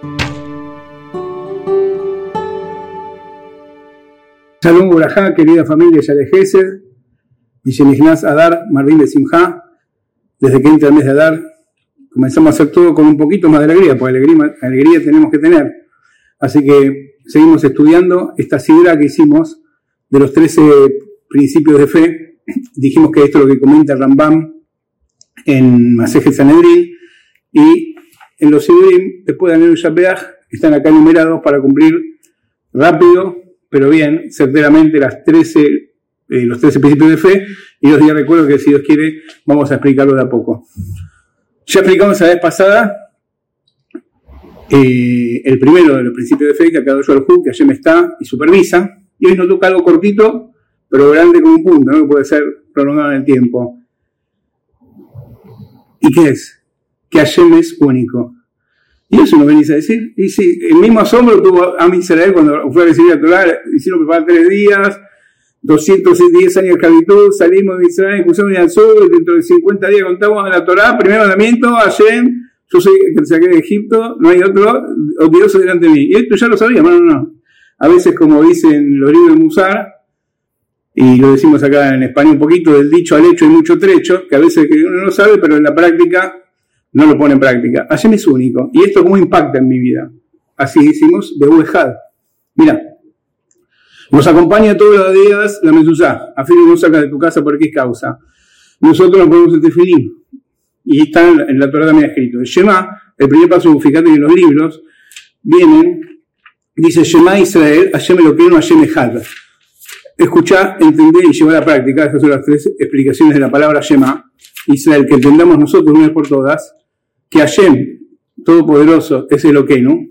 Shalom Borajá, querida familia Yaleh Hesed, Mishenichnas Adar, Marvin de Simjá. Desde que entra el mes de Adar, comenzamos a hacer todo con un poquito más de alegría, porque alegría tenemos que tener. Así que seguimos estudiando esta sidra que hicimos de los 13 principios de fe. Dijimos que esto es lo que comenta Rambam en Masejet Sanedrín, y en los Sidurim, después de Anelu Shabeach, están acá enumerados para cumplir rápido, pero bien, certeramente los 13 principios de fe, y os ya recuerdo que si Dios quiere vamos a explicarlo de a poco. Ya explicamos la vez pasada el primero de los principios de fe, que acá doy al Hu, que Hashem está y supervisa, y hoy nos toca algo cortito, pero grande como un punto, ¿no? Puede ser prolongado en el tiempo. ¿Y qué es? Que Hashem es único. Y eso nos venís a decir. Y sí, el mismo asombro tuvo Am Israel cuando fue a recibir la Torá. Hicieron preparar 3 días, 210 años de esclavitud, salimos de Israel, cruzamos al sur, y dentro de 50 días contamos la Torá, primer mandamiento, Hashem, yo soy el que saqué de Egipto, no hay otro odioso delante de mí. Y esto ya lo sabíamos, no. A veces, como dicen los libros de Musar, y lo decimos acá en español un poquito, del dicho al hecho hay mucho trecho, que a veces uno no sabe, pero en la práctica no lo pone en práctica. Hashem es único. ¿Y esto cómo impacta en mi vida? Así hicimos de Uejad. Mira, nos acompaña todos los días la mezuzá. Afirma no saca de tu casa por qué causa. Nosotros nos ponemos el tefilín. Y está en la Torá también escrito. El Shema, el primer paso, fíjate que en los libros vienen, dice Shema Israel, Hashem Elokeinu, Hashem Echad. Escuchar, entender y llevar a la práctica. Esas son las 3 explicaciones de la palabra Shema Israel, que entendamos nosotros una vez por todas, que Hashem, Todopoderoso, es Elokeinu,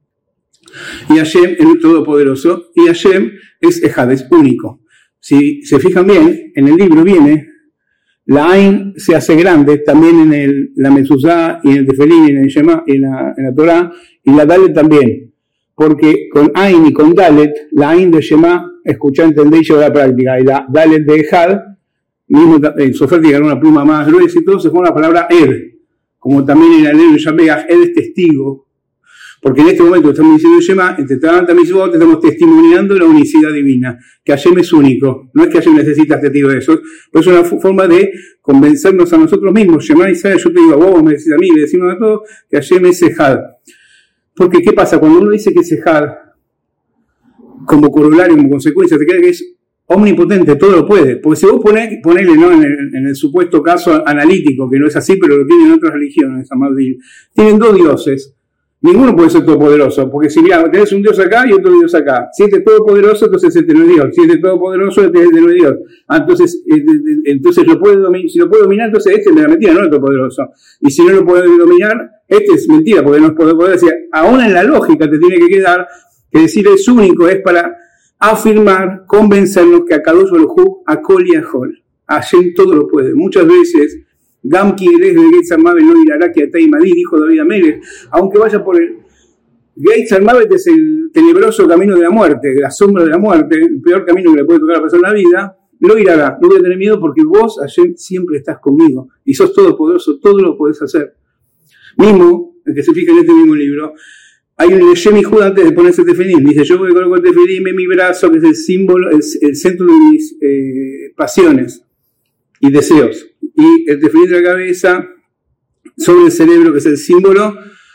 y Hashem es el Todopoderoso, y Hashem es Ejad, es único. Si se fijan bien, en el libro viene, la Ain se hace grande, también en la Mezuzá, y en el Tefelín, y en el Shema, y en la Torá, y la Dalet también, porque con Ain y con Dalet, la Ain de Shema, escuchar, entender y llevar a la práctica, y la Dalet de Ejad, mismo en Sofer tiene una pluma más gruesa y todo, se pone la palabra Ed, como también en el Anelu Shabeach, Ed es testigo, porque en este momento estamos diciendo Shema, entre tantas mitzvot, estamos testimoniando la unicidad divina, que Hashem es único, no es que Hashem necesita testigo de eso, pero es una forma de convencernos a nosotros mismos. Shema Israel, yo te digo a vos, me decís a mí, le decimos a todos que Hashem es Ejad. Porque ¿qué pasa? Cuando uno dice que es Ejad, como corolario, como consecuencia, te queda que es omnipotente, todo lo puede. Porque si vos ponele, ¿no? en el supuesto caso analítico, que no es así, pero lo tienen otras religiones, tienen 2 dioses. Ninguno puede ser todopoderoso, porque si mira, tenés un Dios acá y otro Dios acá. Si este es todopoderoso, entonces este no es Dios. Si este es todopoderoso, este no es Dios. Entonces si lo puede dominar, entonces este es la mentira, no es todopoderoso. Y si no lo puede dominar, este es mentira, porque no es todopoderoso. O sea, aún en la lógica te tiene que quedar que decir es único es para afirmar, convencernos que a Kadosh Baruj Hu, a Kol y a Hol, Hashem todo lo puede. Muchas veces, Gam Kieres de Gates Armavet no dirá que Atay Madí, dijo David Amelech, aunque vaya por el Gates Armavet es el tenebroso camino de la muerte, la sombra de la muerte, el peor camino que le puede tocar a la persona en la vida, lo irá, no voy a tener miedo porque vos, Hashem, siempre estás conmigo y sos todopoderoso, todo lo podés hacer. Mismo, el que se fija en este mismo libro, hay un Yemi Jud antes de ponerse tefilín. Dice, yo me coloco el tefilín en mi brazo, que es el símbolo, el centro de mis pasiones y deseos. Y el tefilín de la cabeza sobre el cerebro, que es el símbolo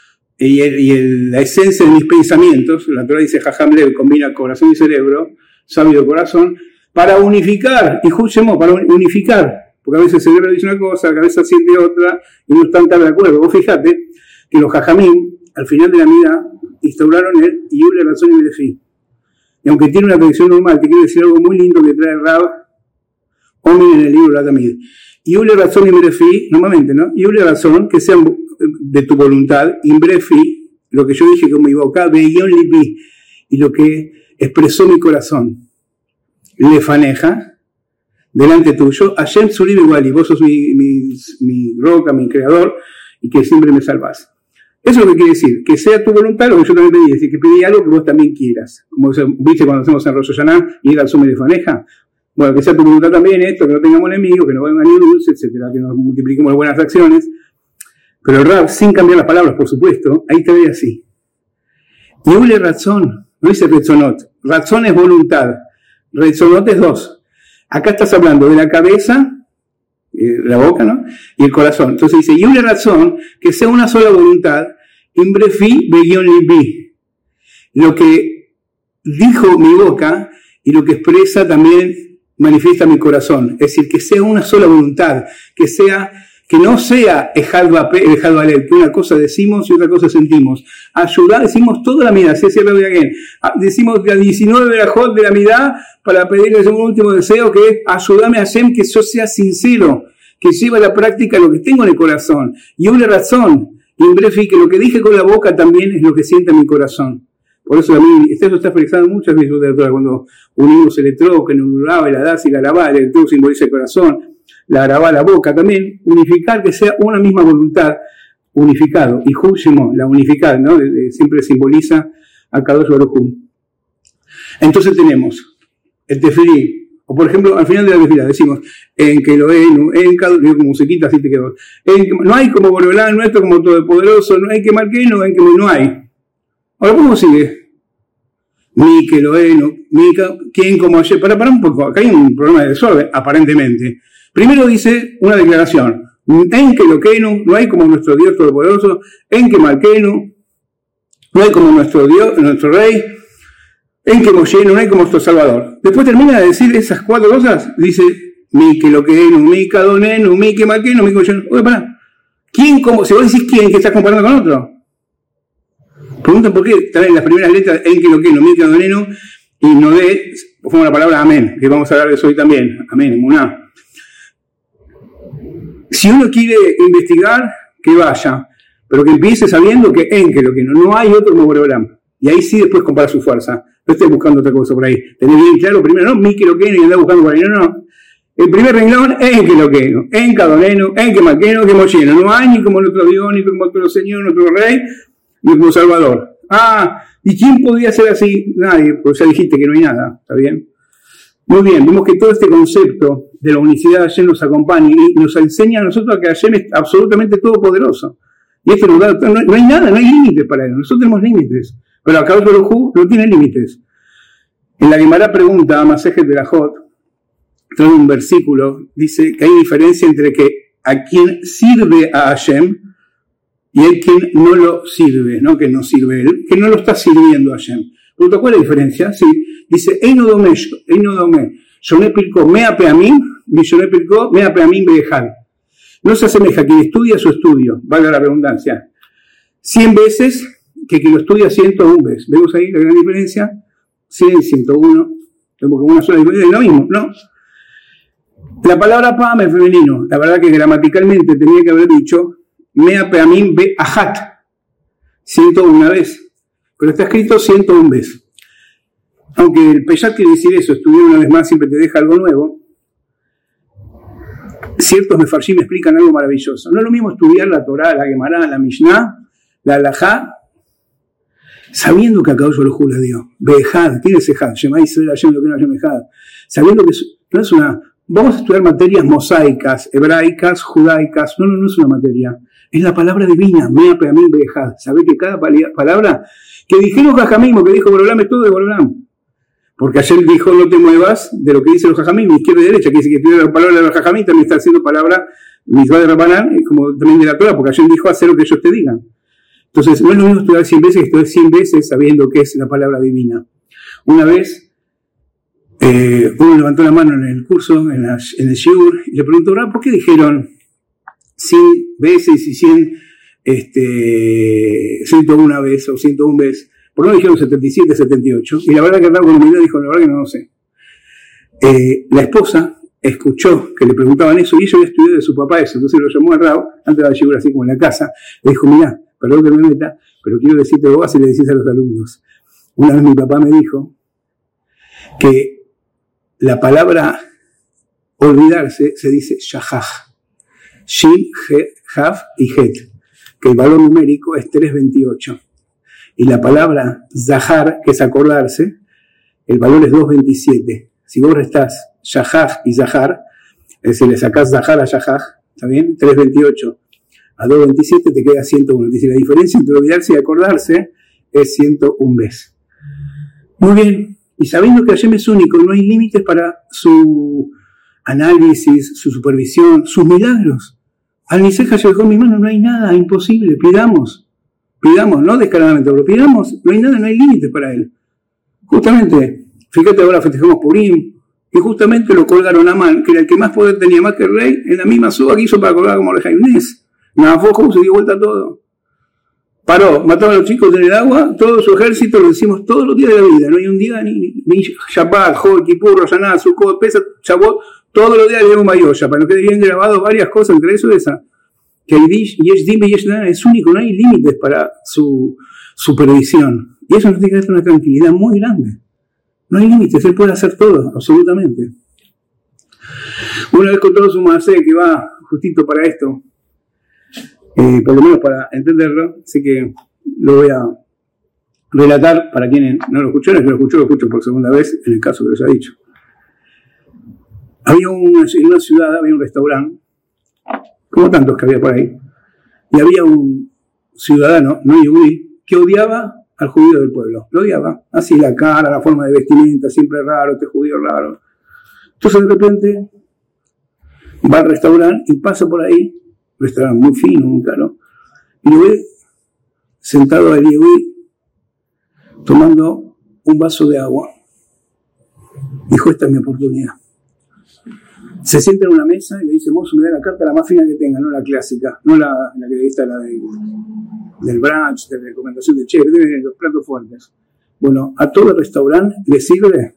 y la esencia de mis pensamientos. La Torah dice, Jajam Lev, combina corazón y cerebro, sabio corazón, para unificar, y Jud para unificar. Porque a veces el cerebro dice una cosa, la cabeza siente otra, y no están tan de acuerdo. Vos fijate que los Jajamim, al final de la vida, instauraron el Yule Razón y Merefi. Y aunque tiene una tradición normal, te quiero decir algo muy lindo que trae Rab Omin en el libro La Tamid. Yule Razón y Merefi, normalmente, ¿no? Yule Razón, que sean de tu voluntad, y Merefi, lo que yo dije con mi boca, Beyon Lipi, y lo que expresó mi corazón. Le faneja, delante tuyo, Hashem Tzuri Beguali, vos sos mi roca, mi creador, y que siempre me salvás. Eso es lo que quiere decir, que sea tu voluntad lo que yo también pedí, es decir, que pedí algo que vos también quieras. Como viste cuando hacemos en Rosh Hashanah y el Sume de Faneja. Bueno, que sea tu voluntad también esto, que no tengamos enemigos, que no vengan ni dulce, etcétera, que nos multipliquemos las buenas acciones. Pero el Rab, sin cambiar las palabras, por supuesto, ahí te ve así. Yule razón, no dice rezonot. Razón es voluntad. Rezonot es dos. Acá estás hablando de la cabeza, la boca, ¿no? Y el corazón. Entonces dice, Yule razón, que sea una sola voluntad, imbrefi begion libi. Lo que dijo mi boca y lo que expresa también manifiesta mi corazón. Es decir, que sea una sola voluntad, que no sea ejad valel, que una cosa decimos y otra cosa sentimos. Ayudar, decimos toda la midá, decimos la 19 verajot de la midá para pedirle un último deseo, que es ayúdame a Hashem, que yo sea sincero, que lleve a la práctica lo que tengo en el corazón. Y una razón, imbrefi, que lo que dije con la boca también es lo que siente mi corazón. Por eso a mí, esto está expresado muchas veces de la Torah, cuando unimos el etrog, que nos duraba, la das y la arabá, el etrog simboliza el corazón, la arabá la boca también, unificar, que sea una misma voluntad, unificado, y Hushimo, la unificada, ¿no? Siempre simboliza a Kadosh Baruj Hu. Entonces tenemos el tefilí, o por ejemplo, al final de la tefilá decimos, en que lo en cada como musiquita, así te quedó, no hay como Borolán nuestro, como todopoderoso, no hay que marqueno, en que no hay. Ahora, ¿cómo sigue? Mi que lo Mica, ¿quién como ayer? Para un poco, acá hay un problema de desorden, aparentemente. Primero dice una declaración, en que lo no hay como nuestro Dios todopoderoso, en que marqueno, no hay como nuestro Dios, nuestro Rey, en que Moshe no hay como nuestro Salvador. Después termina de decir esas cuatro cosas, dice, mi que lo mi cadoneno, mi que marqueno, mi que Moshe. Oye, pará, ¿quién como? Si vos decís quién, ¿qué estás comparando con otro? Preguntan por qué están en las primeras letras en que lo mi cadoneno, y no de, forma la palabra amén, que vamos a hablar de eso hoy también, amén, muná. Si uno quiere investigar, que vaya, pero que empiece sabiendo que en que lo no hay otro como Borolam. Y ahí sí después compara su fuerza. No estés buscando otra cosa por ahí. Tenés bien claro primero, no, mi que lo y andás buscando por ahí. No. El primer renglón, en que lo en cadoneno, en que maqueno, que mochino. No hay ni como nuestro Dios, ni como nuestro Señor, nuestro Rey, ni como Salvador. ¿Y quién podría ser así? Nadie, porque ya dijiste que no hay nada. ¿Está bien? Muy bien, vemos que todo este concepto de la unicidad de Hashem nos acompaña y nos enseña a nosotros que Hashem es absolutamente todopoderoso. Y esto nos da, no hay nada, no hay límites para él. Nosotros tenemos límites, pero acá Baruj Hu no tiene límites. En la Gemara pregunta a Masejet Berajot, trae un versículo, dice que hay diferencia entre que a quien sirve a Hashem y a quien no lo sirve, no que no sirve él, que no lo está sirviendo a Hashem. ¿Cuál es la diferencia? Sí, dice, Eino dome, Shoné Pilko, Mea Peamim, Shoné Pilko, Mea Peamim Behal. No se asemeja a quien estudia su estudio, valga la redundancia, 100 veces que quien lo estudia 101 veces. ¿Vemos ahí la gran diferencia? 100, 101, tenemos como una sola diferencia, es lo mismo, ¿no? La palabra Pam es femenino, la verdad que gramaticalmente tenía que haber dicho, Mea Peamim Behat, 101 vez. Pero está escrito 101 veces. Aunque el Peyat quiere decir eso, estudiar una vez más siempre te deja algo nuevo. Ciertos mefarshim explican algo maravilloso. No es lo mismo estudiar la Torah, la Gemara, la Mishnah, la Halajá, sabiendo que Akadosh Baruj Hu la dio. Behad, ¿quién es Ehad? Shema Yisrael Hashem lo que no Hashem Ehad. Sabiendo que no es una... Vamos a estudiar materias mosaicas, hebraicas, judaicas. No es una materia. Es la palabra divina. Mea Peamim Behad. Saber que cada palabra que dijeron Jajamim, que dijo Borolam, es todo de Borolam. Porque ayer dijo, no te muevas de lo que dicen los Jajamim, izquierda y derecha, que dice que la palabra de los Jajamim también está haciendo palabra, Mitzvah de Rabanán, como también de la Torah, porque ayer dijo hacer lo que ellos te digan. Entonces, no es lo mismo estudiar 100 veces que estudiar 100 veces sabiendo que es la palabra divina. Una vez, uno levantó la mano en el curso, en el shiur, y le preguntó, ¿por qué dijeron 100 veces y 101 veces o 101 veces? ¿Por qué no dijeron 77, 78? Y la verdad que andaba con humildad dijo, la verdad que no sé. La esposa escuchó que le preguntaban eso y ella había estudiado de su papá eso. Entonces lo llamó a Rao, antes de la figura así como en la casa. Le dijo, mirá, perdón que me meta, pero quiero decirte vos y le decís a los alumnos. Una vez mi papá me dijo que la palabra olvidarse se dice shahaj. Shin, Haf y Het. Que el valor numérico es 328. Y la palabra zahar, que es acordarse, el valor es 227. Si vos restás shahaj y zahar, es decir, le sacás zahar a shahaj, ¿está bien? 328 a 227 te queda 101. Dice, la diferencia entre olvidarse y acordarse es 101 veces. Muy bien, y sabiendo que Hashem es único, no hay límites para su análisis, su supervisión, sus milagros. Al Nisej Hashem con mis manos no hay nada imposible, pidamos, no descaradamente, pero pidamos, no hay nada, no hay límites para él. Justamente, fíjate, ahora festejamos Purim, y justamente lo colgaron a Amán, que era el que más poder tenía, más que el rey, en la misma soga que hizo para colgar como Mordejai Inés. Nabucodonosor se dio vuelta todo. Paró, mató a los chicos en el agua, todo su ejército, lo decimos todos los días de la vida, no hay un día ni Shabbat, Jol, Kippur, Rosh Hashanah, Sukkot, Pesach, Shavuot, todos los días le un Bayosha, para que quede bien grabado varias cosas, entre eso esa, que el Yesh Din Yesh Dan es único, no hay límites para su supervisión, y eso nos tiene que dar una tranquilidad muy grande, no hay límites, él puede hacer todo, absolutamente. Una vez con todo su macé que va justito para esto, por lo menos para entenderlo, así que lo voy a relatar para quienes no lo escucharon, el que lo escucho por segunda vez, en el caso que les ha dicho. En una ciudad había un restaurante, como tantos que había por ahí, y había un ciudadano, no yehudí, que odiaba al judío del pueblo, lo odiaba, así la cara, la forma de vestimenta, siempre raro, este judío raro. Entonces de repente va al restaurante y pasa por ahí, un restaurante muy fino, muy caro, y lo ve sentado al yehudí tomando un vaso de agua. Dijo, esta es mi oportunidad. Se sienta en una mesa y le dice, mozo, me da la carta la más fina que tenga, no la clásica, no la que está la del brunch, de la recomendación de chef, de los platos fuertes. Bueno, a todo el restaurante le sirve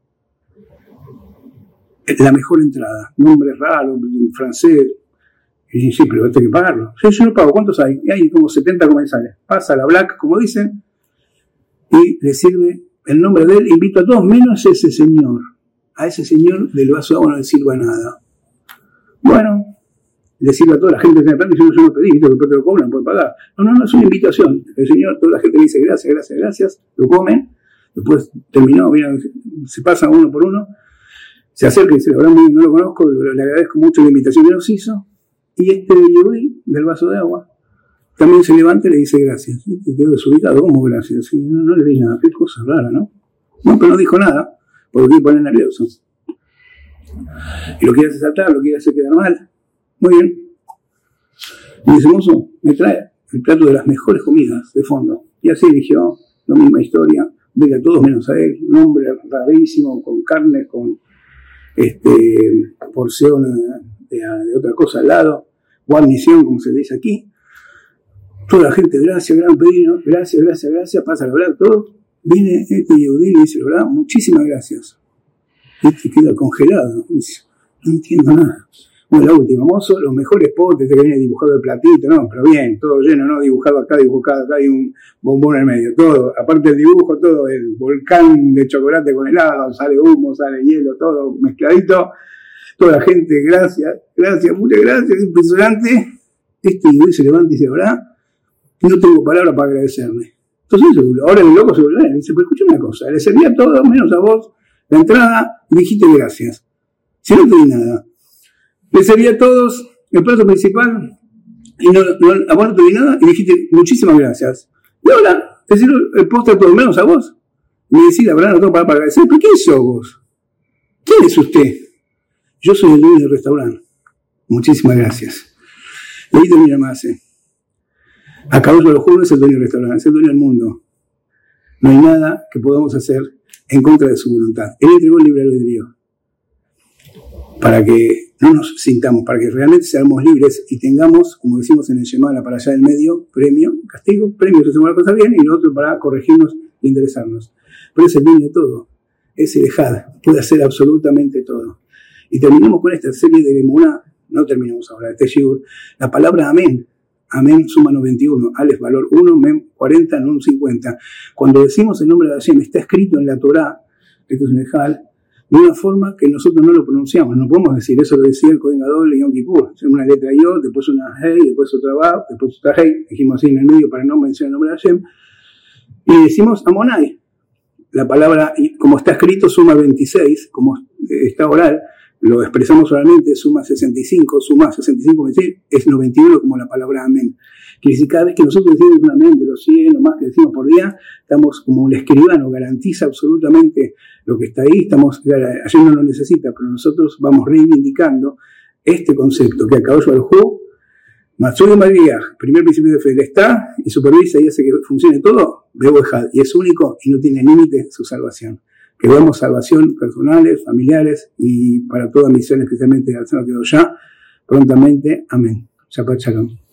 la mejor entrada, nombres raros, en francés. Y dice, sí, pero esto hay que pagarlo. Sí, yo no pago, ¿cuántos hay? Y hay como 70 comensales. Pasa la black, como dicen, y le sirve el nombre de él, invito a todos, menos ese señor. A ese señor del vaso de agua no le sirva nada. Bueno, le sirve a toda la gente que se me planta y yo no pedí, que después te lo cobran, pueden pagar. No, es una invitación. El señor, toda la gente le dice gracias, lo comen, después terminó, miran, se pasan uno por uno, se acerca y dice, la verdad no lo conozco, le agradezco mucho la invitación que nos hizo, y este yehudí del vaso de agua también se levanta y le dice gracias. Y quedó desubicado, ¿cómo gracias? Sí, no le di nada, qué cosa rara, ¿no? No, pero no dijo nada, porque lo pone nervioso. Y lo quiere hacer saltar, lo quiere hacer quedar mal. Muy bien. Y dice, mozo, me trae el plato de las mejores comidas de fondo. Y así eligió la misma historia, vele a todos menos a él, un hombre rarísimo, con carne, con porción de otra cosa al lado, guarnición, como se dice aquí. Toda la gente, gracias, gran pedido, gracias, pasa a hablar todo. Viene este yehudí y dice, ¿verdad? Muchísimas gracias. Y queda congelado. Dice, no entiendo nada. Bueno, la última, mozo, los mejores potes que viene dibujado el platito, no, pero bien, todo lleno, no, dibujado acá, hay un bombón en el medio, todo, aparte del dibujo, todo, el volcán de chocolate con helado, sale humo, sale hielo, todo mezcladito. Toda la gente, gracias, muchas gracias, impresionante. Este yehudí se levanta y dice, ¿verdad? No tengo palabras para agradecerme. Entonces, ahora el loco se volvió y dice, pues escucha una cosa, le servía a todos, menos a vos, la entrada, y dijiste gracias. Si no te di nada. Le servía a todos el plato principal, y a vos no te di nada, y dijiste muchísimas gracias. Y ahora, te sirvo el postre a todos, menos a vos. Y me decís, la verdad, no tengo palabras para agradecer. ¿Pero quién sos vos? ¿Quién es usted? Yo soy el dueño del restaurante. Muchísimas gracias. Y ahí termina más. Acabó, yo lo juro, es el dueño del restaurante, es el dueño del mundo. No hay nada que podamos hacer en contra de su voluntad. Él entregó el libre albedrío para que no nos sintamos, para que realmente seamos libres y tengamos, como decimos en el Shema, para allá del medio, premio, castigo, premio, si hacemos la cosa bien, y lo otro para corregirnos y enderezarnos. Pero es el dueño de todo, es el Ejad, puede hacer absolutamente todo. Y terminamos con esta serie de Emuná, no terminamos ahora, este shiur, la palabra amén. Amén suma 91, Aleph valor 1, Mem 40, Nun 50. Cuando decimos el nombre de Hashem, está escrito en la Torá, esto es un Ejal, de una forma que nosotros no lo pronunciamos. No podemos decir, eso lo decía el Kohen Gadol y Yom Kippur. Una letra Yod, después una Hei, después otra Vav, después otra Hei. Dijimos así en el medio para no mencionar el nombre de Hashem. Y decimos Amonai. La palabra, como está escrito, suma 26, como está oral, lo expresamos solamente, suma 65, es 91 como la palabra amén. Que si cada vez que nosotros decimos un amén de los 100 o más que decimos por día, estamos como un escribano, garantiza absolutamente lo que está ahí, ayer no lo necesita, pero nosotros vamos reivindicando este concepto que acabó el Hu, Matsuyo María, primer principio de fe, él está y supervisa y hace que funcione todo, Bebo Ejad, y es único y no tiene límite su salvación. Que veamos salvación personales, familiares y para toda misión, especialmente al Señor que ya prontamente. Amén. Shabbat Shalom.